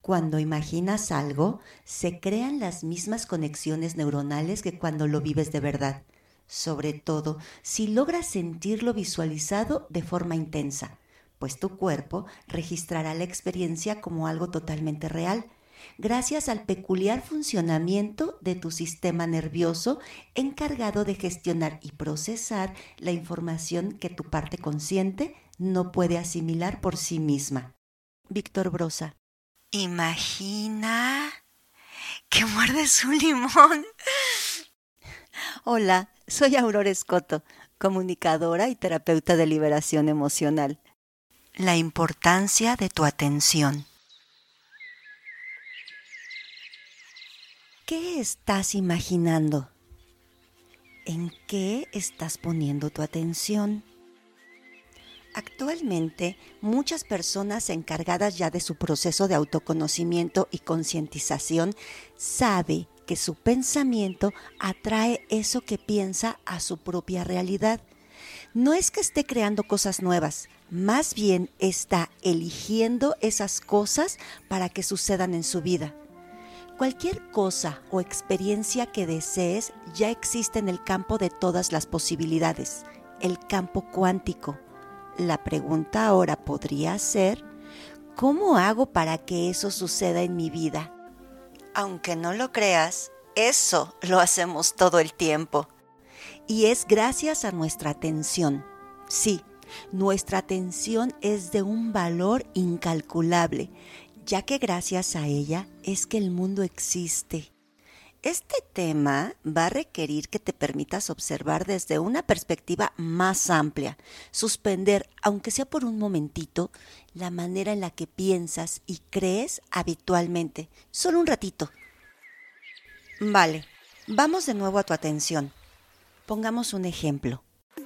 Cuando imaginas algo, se crean las mismas conexiones neuronales que cuando lo vives de verdad, sobre todo si logras sentirlo visualizado de forma intensa, pues tu cuerpo registrará la experiencia como algo totalmente real, gracias al peculiar funcionamiento de tu sistema nervioso encargado de gestionar y procesar la información que tu parte consciente no puede asimilar por sí misma. Víctor Broza. Imagina que muerdes un limón. Hola, soy Aurora Escoto, comunicadora y terapeuta de liberación emocional. La importancia de tu atención. ¿Qué estás imaginando? ¿En qué estás poniendo tu atención? Actualmente, muchas personas encargadas ya de su proceso de autoconocimiento y concientización sabe que su pensamiento atrae eso que piensa a su propia realidad. No es que esté creando cosas nuevas, más bien está eligiendo esas cosas para que sucedan en su vida. Cualquier cosa o experiencia que desees ya existe en el campo de todas las posibilidades, el campo cuántico. La pregunta ahora podría ser, ¿cómo hago para que eso suceda en mi vida? Aunque no lo creas, eso lo hacemos todo el tiempo. Y es gracias a nuestra atención. Sí, nuestra atención es de un valor incalculable, ya que gracias a ella es que el mundo existe. Este tema va a requerir que te permitas observar desde una perspectiva más amplia, suspender, aunque sea por un momentito, la manera en la que piensas y crees habitualmente, solo un ratito. Vale, vamos de nuevo a tu atención. Pongamos un ejemplo.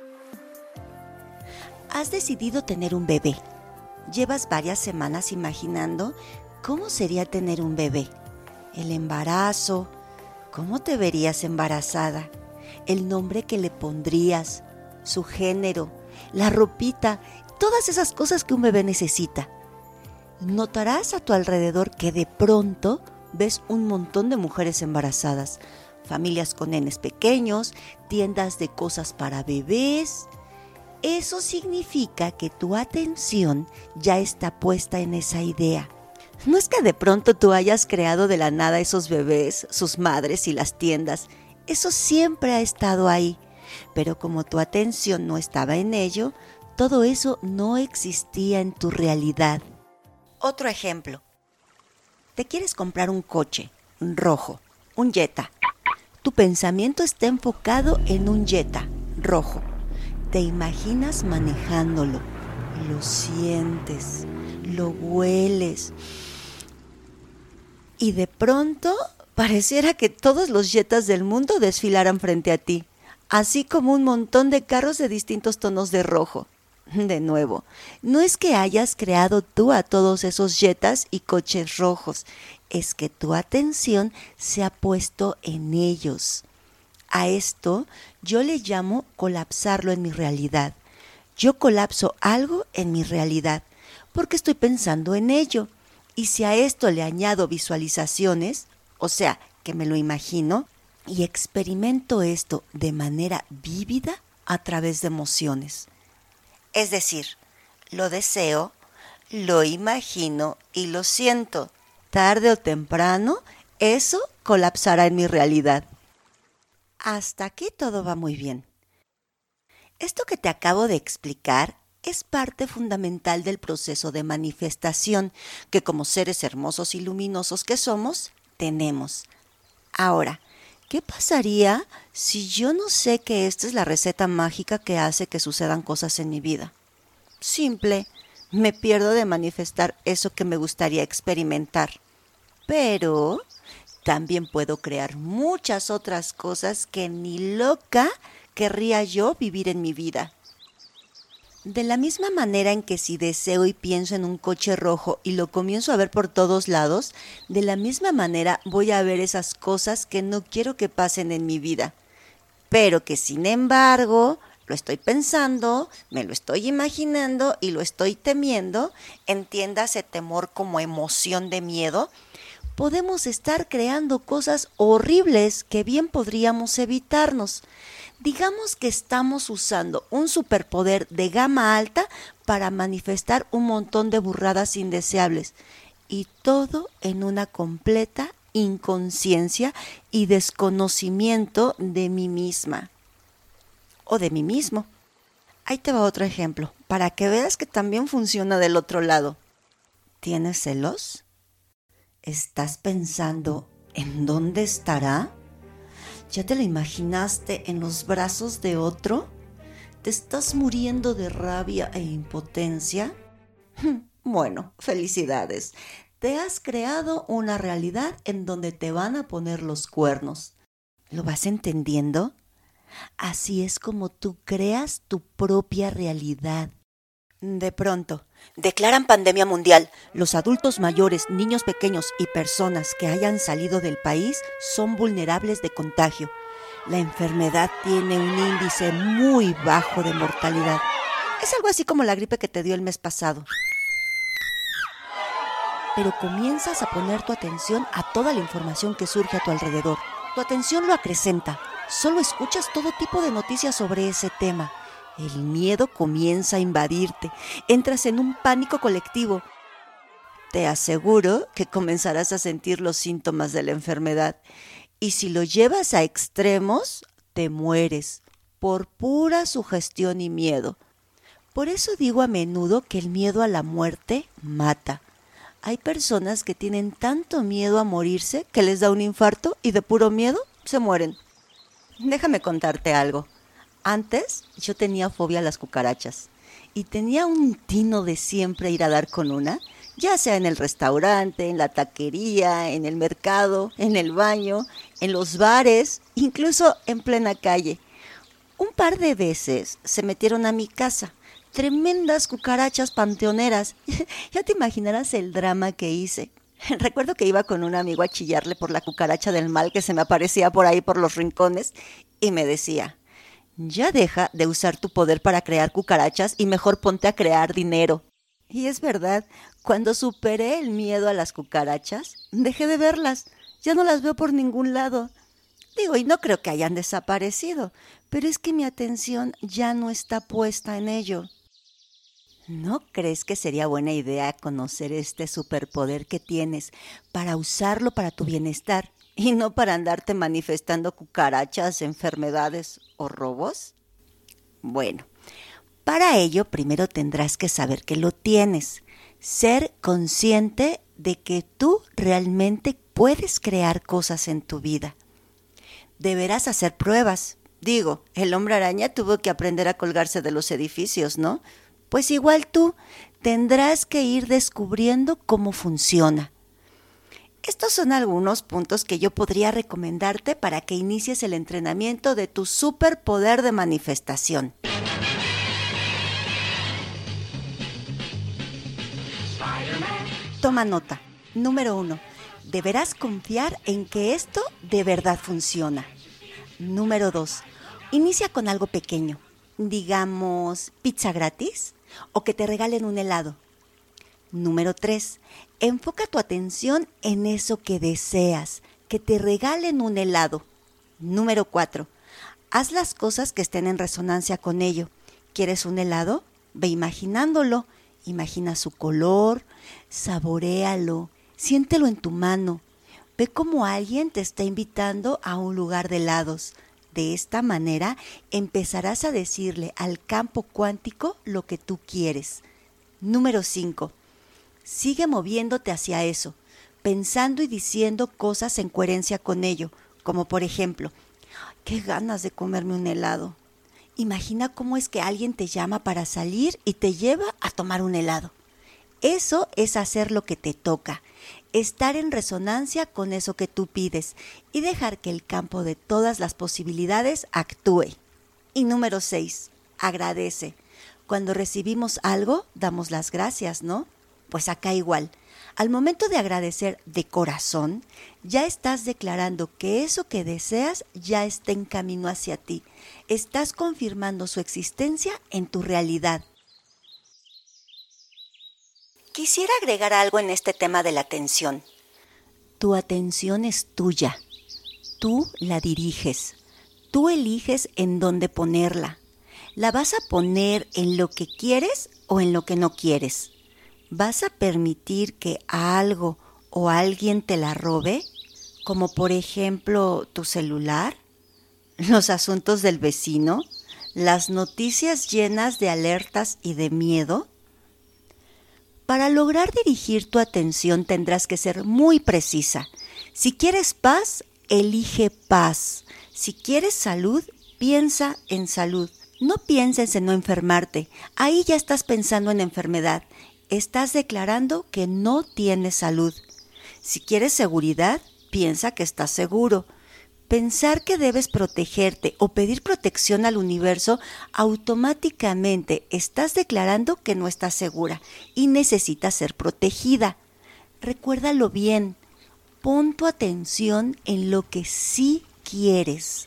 Has decidido tener un bebé. Llevas varias semanas imaginando cómo sería tener un bebé, el embarazo. ¿Cómo te verías embarazada? El nombre que le pondrías, su género, la ropita, todas esas cosas que un bebé necesita. Notarás a tu alrededor que de pronto ves un montón de mujeres embarazadas, familias con nenes pequeños, tiendas de cosas para bebés. Eso significa que tu atención ya está puesta en esa idea. No es que de pronto tú hayas creado de la nada esos bebés, sus madres y las tiendas. Eso siempre ha estado ahí. Pero como tu atención no estaba en ello, todo eso no existía en tu realidad. Otro ejemplo. Te quieres comprar un coche, rojo, un Jetta. Tu pensamiento está enfocado en un Jetta, rojo. Te imaginas manejándolo, lo sientes, lo hueles. Y de pronto pareciera que todos los Jettas del mundo desfilaran frente a ti, así como un montón de carros de distintos tonos de rojo. De nuevo, no es que hayas creado tú a todos esos Jettas y coches rojos, es que tu atención se ha puesto en ellos. A esto yo le llamo colapsarlo en mi realidad. Yo colapso algo en mi realidad porque estoy pensando en ello. Y si a esto le añado visualizaciones, o sea, que me lo imagino, y experimento esto de manera vívida a través de emociones. Es decir, lo deseo, lo imagino y lo siento. Tarde o temprano, eso colapsará en mi realidad. Hasta aquí todo va muy bien. Esto que te acabo de explicar es parte fundamental del proceso de manifestación que como seres hermosos y luminosos que somos, tenemos. Ahora, ¿qué pasaría si yo no sé que esta es la receta mágica que hace que sucedan cosas en mi vida? Simple, me pierdo de manifestar eso que me gustaría experimentar. Pero también puedo crear muchas otras cosas que ni loca querría yo vivir en mi vida. De la misma manera en que si deseo y pienso en un coche rojo y lo comienzo a ver por todos lados, de la misma manera voy a ver esas cosas que no quiero que pasen en mi vida, pero que sin embargo lo estoy pensando, me lo estoy imaginando y lo estoy temiendo, entiéndase temor como emoción de miedo, podemos estar creando cosas horribles que bien podríamos evitarnos. Digamos que estamos usando un superpoder de gama alta para manifestar un montón de burradas indeseables, y todo en una completa inconsciencia y desconocimiento de mí misma o de mí mismo. Ahí te va otro ejemplo, para que veas que también funciona del otro lado. ¿Tienes celos? ¿Estás pensando en dónde estará? ¿Ya te lo imaginaste en los brazos de otro? ¿Te estás muriendo de rabia e impotencia? Bueno, felicidades. Te has creado una realidad en donde te van a poner los cuernos. ¿Lo vas entendiendo? Así es como tú creas tu propia realidad. De pronto, declaran pandemia mundial. Los adultos mayores, niños pequeños y personas que hayan salido del país son vulnerables de contagio. La enfermedad tiene un índice muy bajo de mortalidad. Es algo así como la gripe que te dio el mes pasado. Pero comienzas a poner tu atención a toda la información que surge a tu alrededor. Tu atención lo acrecenta. Solo escuchas todo tipo de noticias sobre ese tema. El miedo comienza a invadirte. Entras en un pánico colectivo. Te aseguro que comenzarás a sentir los síntomas de la enfermedad. Y si lo llevas a extremos, te mueres por pura sugestión y miedo. Por eso digo a menudo que el miedo a la muerte mata. Hay personas que tienen tanto miedo a morirse que les da un infarto y de puro miedo se mueren. Déjame contarte algo. Antes yo tenía fobia a las cucarachas y tenía un tino de siempre ir a dar con una, ya sea en el restaurante, en la taquería, en el mercado, en el baño, en los bares, incluso en plena calle. Un par de veces se metieron a mi casa, tremendas cucarachas panteoneras. Ya te imaginarás el drama que hice. Recuerdo que iba con un amigo a chillarle por la cucaracha del mal que se me aparecía por ahí por los rincones y me decía: ya deja de usar tu poder para crear cucarachas y mejor ponte a crear dinero. Y es verdad, cuando superé el miedo a las cucarachas, dejé de verlas. Ya no las veo por ningún lado. Digo, y no creo que hayan desaparecido, pero es que mi atención ya no está puesta en ello. ¿No crees que sería buena idea conocer este superpoder que tienes para usarlo para tu bienestar y no para andarte manifestando cucarachas, enfermedades o robos? Bueno, para ello primero tendrás que saber que lo tienes, ser consciente de que tú realmente puedes crear cosas en tu vida. Deberás hacer pruebas. Digo, el hombre araña tuvo que aprender a colgarse de los edificios, ¿no? Pues igual tú tendrás que ir descubriendo cómo funciona. Estos son algunos puntos que yo podría recomendarte para que inicies el entrenamiento de tu superpoder de manifestación. Toma nota. Número 1. Deberás confiar en que esto de verdad funciona. Número 2. Inicia con algo pequeño. Digamos, pizza gratis o que te regalen un helado. Número 3. Enfoca tu atención en eso que deseas, que te regalen un helado. Número 4. Haz las cosas que estén en resonancia con ello. ¿Quieres un helado? Ve imaginándolo. Imagina su color, saboréalo, siéntelo en tu mano. Ve cómo alguien te está invitando a un lugar de helados. De esta manera empezarás a decirle al campo cuántico lo que tú quieres. Número 5. Sigue moviéndote hacia eso, pensando y diciendo cosas en coherencia con ello, como por ejemplo: ¡qué ganas de comerme un helado! Imagina cómo es que alguien te llama para salir y te lleva a tomar un helado. Eso es hacer lo que te toca, estar en resonancia con eso que tú pides y dejar que el campo de todas las posibilidades actúe. Y número 6, agradece. Cuando recibimos algo, damos las gracias, ¿no? Pues acá igual. Al momento de agradecer de corazón, ya estás declarando que eso que deseas ya está en camino hacia ti. Estás confirmando su existencia en tu realidad. Quisiera agregar algo en este tema de la atención. Tu atención es tuya. Tú la diriges. Tú eliges en dónde ponerla. ¿La vas a poner en lo que quieres o en lo que no quieres? ¿Vas a permitir que algo o alguien te la robe? Como por ejemplo tu celular, los asuntos del vecino, las noticias llenas de alertas y de miedo. Para lograr dirigir tu atención tendrás que ser muy precisa. Si quieres paz, elige paz. Si quieres salud, piensa en salud. No pienses en no enfermarte. Ahí ya estás pensando en enfermedad. Estás declarando que no tienes salud. Si quieres seguridad, piensa que estás seguro. Pensar que debes protegerte o pedir protección al universo, automáticamente estás declarando que no estás segura y necesitas ser protegida. Recuérdalo bien, pon tu atención en lo que sí quieres.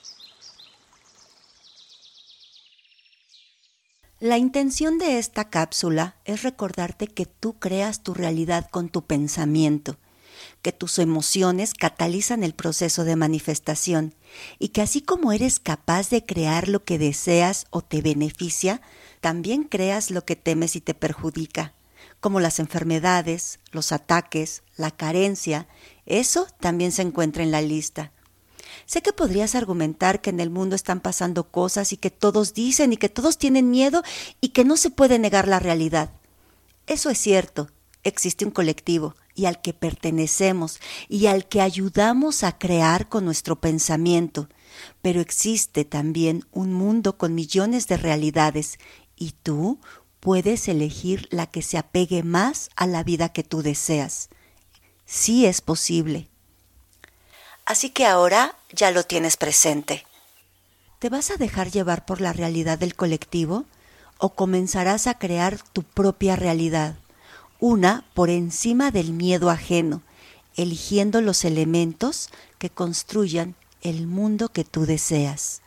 La intención de esta cápsula es recordarte que tú creas tu realidad con tu pensamiento, que tus emociones catalizan el proceso de manifestación y que así como eres capaz de crear lo que deseas o te beneficia, también creas lo que temes y te perjudica, como las enfermedades, los ataques, la carencia. Eso también se encuentra en la lista. Sé que podrías argumentar que en el mundo están pasando cosas y que todos dicen y que todos tienen miedo y que no se puede negar la realidad. Eso es cierto, existe un colectivo y al que pertenecemos y al que ayudamos a crear con nuestro pensamiento, pero existe también un mundo con millones de realidades y tú puedes elegir la que se apegue más a la vida que tú deseas. Sí es posible. Así que ahora ya lo tienes presente. ¿Te vas a dejar llevar por la realidad del colectivo o comenzarás a crear tu propia realidad? Una por encima del miedo ajeno, eligiendo los elementos que construyan el mundo que tú deseas.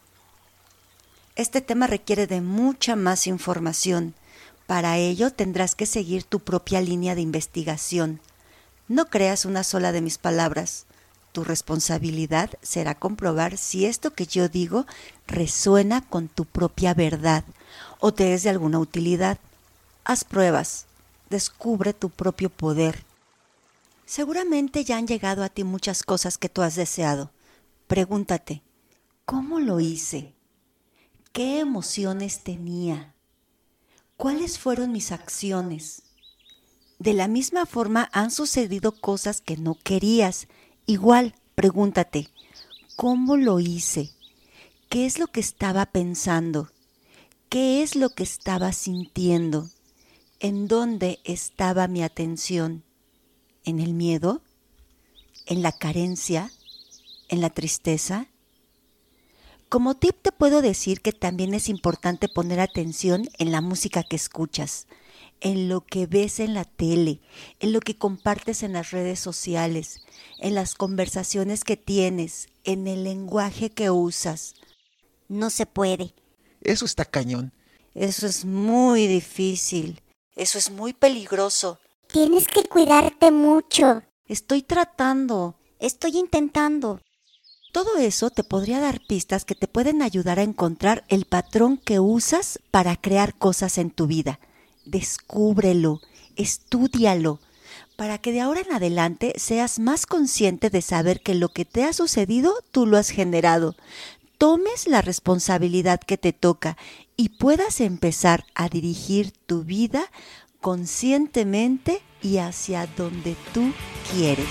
Este tema requiere de mucha más información. Para ello tendrás que seguir tu propia línea de investigación. No creas una sola de mis palabras. Tu responsabilidad será comprobar si esto que yo digo resuena con tu propia verdad o te es de alguna utilidad. Haz pruebas, descubre tu propio poder. Seguramente ya han llegado a ti muchas cosas que tú has deseado. Pregúntate, ¿cómo lo hice? ¿Qué emociones tenía? ¿Cuáles fueron mis acciones? De la misma forma han sucedido cosas que no querías. Igual, pregúntate, ¿cómo lo hice? ¿Qué es lo que estaba pensando? ¿Qué es lo que estaba sintiendo? ¿En dónde estaba mi atención? ¿En el miedo? ¿En la carencia? ¿En la tristeza? Como tip te puedo decir que también es importante poner atención en la música que escuchas, en lo que ves en la tele, en lo que compartes en las redes sociales, en las conversaciones que tienes, en el lenguaje que usas. No se puede. Eso está cañón. Eso es muy difícil. Eso es muy peligroso. Tienes que cuidarte mucho. Estoy tratando. Estoy intentando. Todo eso te podría dar pistas que te pueden ayudar a encontrar el patrón que usas para crear cosas en tu vida. Descúbrelo, estúdialo, para que de ahora en adelante seas más consciente de saber que lo que te ha sucedido tú lo has generado. Tomes la responsabilidad que te toca y puedas empezar a dirigir tu vida conscientemente y hacia donde tú quieres.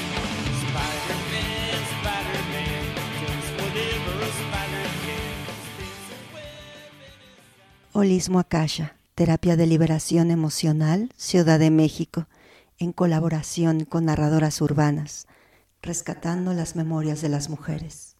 Holismo Akasha, terapia de liberación emocional, Ciudad de México, en colaboración con narradoras urbanas, rescatando las memorias de las mujeres.